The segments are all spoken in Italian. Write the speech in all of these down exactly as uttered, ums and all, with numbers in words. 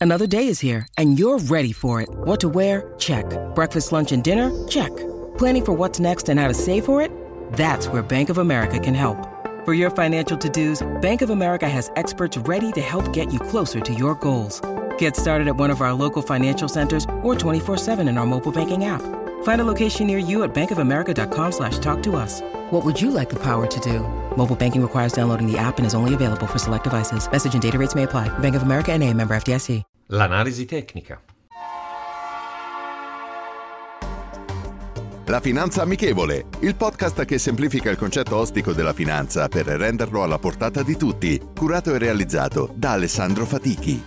Another day is here, and you're ready for it. What to wear? Check. Breakfast, lunch, and dinner? Check. Planning for what's next and how to save for it? That's where Bank of America can help. For your financial to-dos, Bank of America has experts ready to help get you closer to your goals. Get started at one of our local financial centers or twenty-four seven in our mobile banking app. Find a location near you at bankofamerica.com slash talk to us. What would you like the power to do? Mobile banking requires downloading the app and is only available for select devices. Message and data rates may apply. Bank of America N A, member F D I C. L'analisi tecnica. La Finanza Amichevole, il podcast che semplifica il concetto ostico della finanza per renderlo alla portata di tutti, curato e realizzato da Alessandro Fatichi.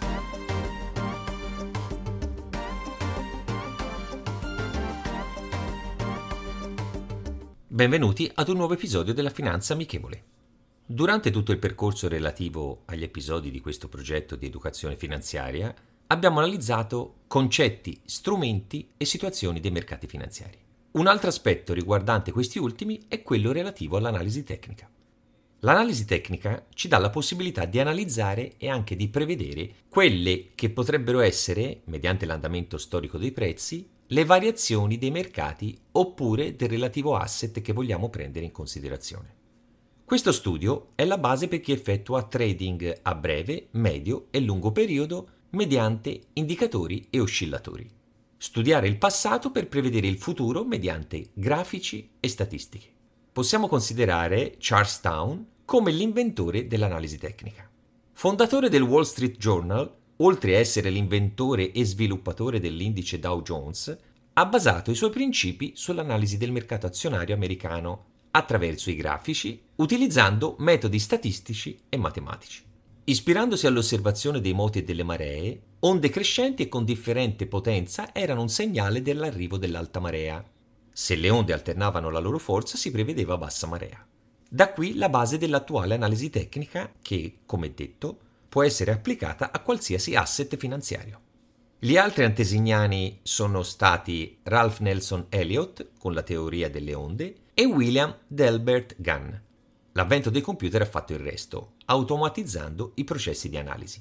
Benvenuti ad un nuovo episodio della Finanza Amichevole. Durante tutto il percorso relativo agli episodi di questo progetto di educazione finanziaria, abbiamo analizzato concetti, strumenti e situazioni dei mercati finanziari. Un altro aspetto riguardante questi ultimi è quello relativo all'analisi tecnica. L'analisi tecnica ci dà la possibilità di analizzare e anche di prevedere quelle che potrebbero essere, mediante l'andamento storico dei prezzi, le variazioni dei mercati oppure del relativo asset che vogliamo prendere in considerazione. Questo studio è la base per chi effettua trading a breve, medio e lungo periodo mediante indicatori e oscillatori. Studiare il passato per prevedere il futuro mediante grafici e statistiche. Possiamo considerare Charles Towne come l'inventore dell'analisi tecnica. Fondatore del Wall Street Journal, oltre a essere l'inventore e sviluppatore dell'indice Dow Jones, ha basato i suoi principi sull'analisi del mercato azionario americano attraverso i grafici, utilizzando metodi statistici e matematici. Ispirandosi all'osservazione dei moti e delle maree, onde crescenti e con differente potenza erano un segnale dell'arrivo dell'alta marea. Se le onde alternavano la loro forza si prevedeva bassa marea. Da qui la base dell'attuale analisi tecnica che, come detto, può essere applicata a qualsiasi asset finanziario. Gli altri antesignani sono stati Ralph Nelson Elliott con la teoria delle onde e William Delbert Gunn. L'avvento dei computer ha fatto il resto, automatizzando i processi di analisi.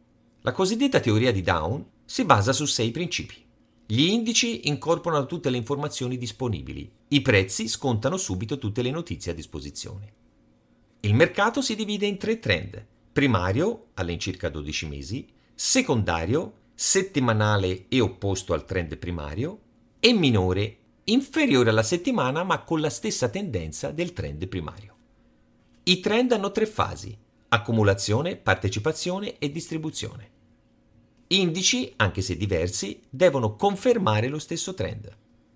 La cosiddetta teoria di Down si basa su sei principi. Gli indici incorporano tutte le informazioni disponibili, i prezzi scontano subito tutte le notizie a disposizione. Il mercato si divide in tre trend: primario, all'incirca dodici mesi, secondario, settimanale e opposto al trend primario, e minore, inferiore alla settimana ma con la stessa tendenza del trend primario. I trend hanno tre fasi: accumulazione, partecipazione e distribuzione. Indici, anche se diversi, devono confermare lo stesso trend.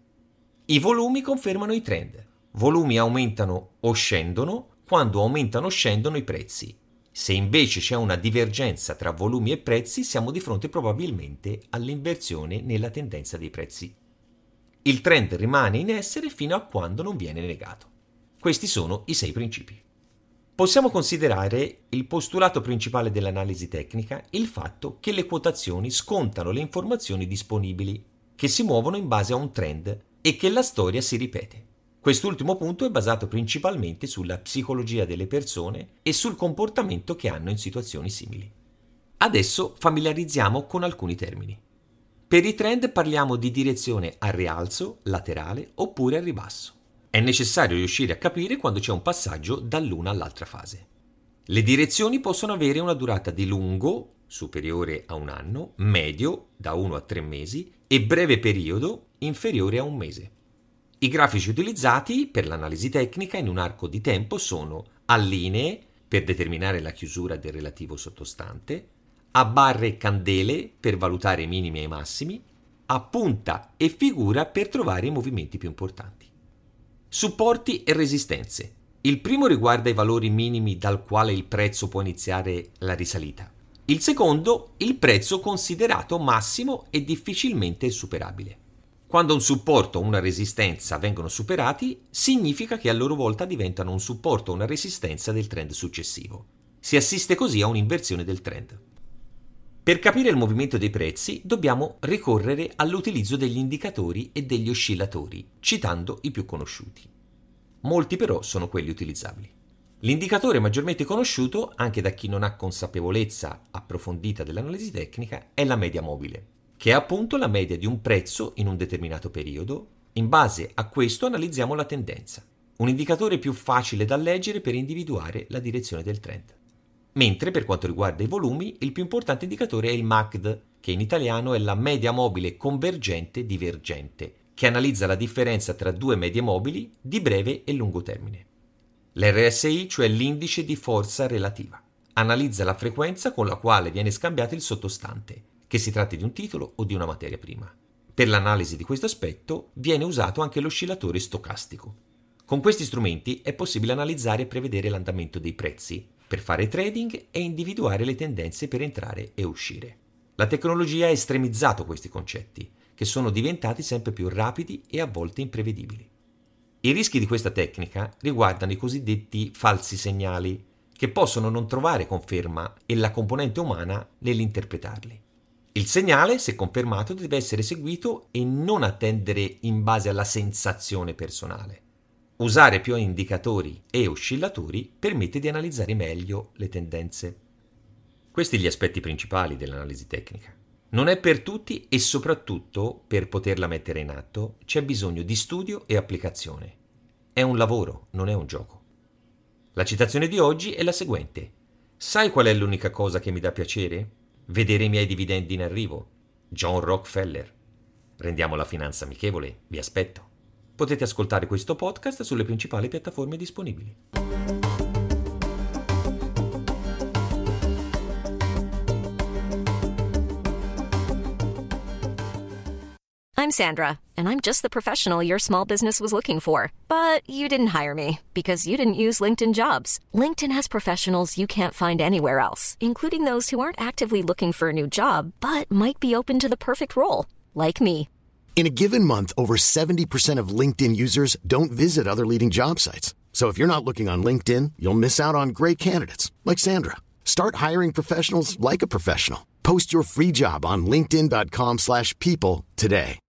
I volumi confermano i trend. Volumi aumentano o scendono quando aumentano o scendono i prezzi. Se invece c'è una divergenza tra volumi e prezzi, siamo di fronte probabilmente all'inversione nella tendenza dei prezzi. Il trend rimane in essere fino a quando non viene negato. Questi sono i sei principi. Possiamo considerare il postulato principale dell'analisi tecnica il fatto che le quotazioni scontano le informazioni disponibili, che si muovono in base a un trend e che la storia si ripete. Quest'ultimo punto è basato principalmente sulla psicologia delle persone e sul comportamento che hanno in situazioni simili. Adesso familiarizziamo con alcuni termini. Per i trend parliamo di direzione a rialzo, laterale oppure a ribasso. È necessario riuscire a capire quando c'è un passaggio dall'una all'altra fase. Le direzioni possono avere una durata di lungo, superiore a un anno, medio, da uno a tre mesi, e breve periodo, inferiore a un mese. I grafici utilizzati per l'analisi tecnica in un arco di tempo sono a linee per determinare la chiusura del relativo sottostante, a barre e candele per valutare i minimi e i massimi, a punta e figura per trovare i movimenti più importanti. Supporti e resistenze. Il primo riguarda i valori minimi dal quale il prezzo può iniziare la risalita. Il secondo, il prezzo considerato massimo e difficilmente superabile. Quando un supporto o una resistenza vengono superati, significa che a loro volta diventano un supporto o una resistenza del trend successivo. Si assiste così a un'inversione del trend. Per capire il movimento dei prezzi dobbiamo ricorrere all'utilizzo degli indicatori e degli oscillatori, citando i più conosciuti. Molti però sono quelli utilizzabili. L'indicatore maggiormente conosciuto, anche da chi non ha consapevolezza approfondita dell'analisi tecnica, è la media mobile, che è appunto la media di un prezzo in un determinato periodo. In base a questo analizziamo la tendenza, un indicatore più facile da leggere per individuare la direzione del trend. Mentre per quanto riguarda i volumi, il più importante indicatore è il M A C D, che in italiano è la media mobile convergente divergente, che analizza la differenza tra due medie mobili di breve e lungo termine. L'R S I, cioè l'indice di forza relativa, analizza la frequenza con la quale viene scambiato il sottostante, che si tratti di un titolo o di una materia prima. Per l'analisi di questo aspetto viene usato anche l'oscillatore stocastico. Con questi strumenti è possibile analizzare e prevedere l'andamento dei prezzi, per fare trading e individuare le tendenze per entrare e uscire. La tecnologia ha estremizzato questi concetti, che sono diventati sempre più rapidi e a volte imprevedibili. I rischi di questa tecnica riguardano i cosiddetti falsi segnali, che possono non trovare conferma e la componente umana nell'interpretarli. Il segnale, se confermato, deve essere seguito e non attendere in base alla sensazione personale. Usare più indicatori e oscillatori permette di analizzare meglio le tendenze. Questi gli aspetti principali dell'analisi tecnica. Non è per tutti e soprattutto per poterla mettere in atto c'è bisogno di studio e applicazione. È un lavoro, non è un gioco. La citazione di oggi è la seguente. Sai qual è l'unica cosa che mi dà piacere? Vedere i miei dividendi in arrivo. John Rockefeller. Rendiamo la finanza amichevole, vi aspetto. Potete ascoltare questo podcast sulle principali piattaforme disponibili. I'm Sandra, and I'm just the professional your small business was looking for. But you didn't hire me because you didn't use LinkedIn Jobs. LinkedIn has professionals you can't find anywhere else, including those who aren't actively looking for a new job, but might be open to the perfect role, like me. In a given month, over seventy percent of LinkedIn users don't visit other leading job sites. So if you're not looking on LinkedIn, you'll miss out on great candidates like Sandra. Start hiring professionals like a professional. Post your free job on linkedin dot com slash people today.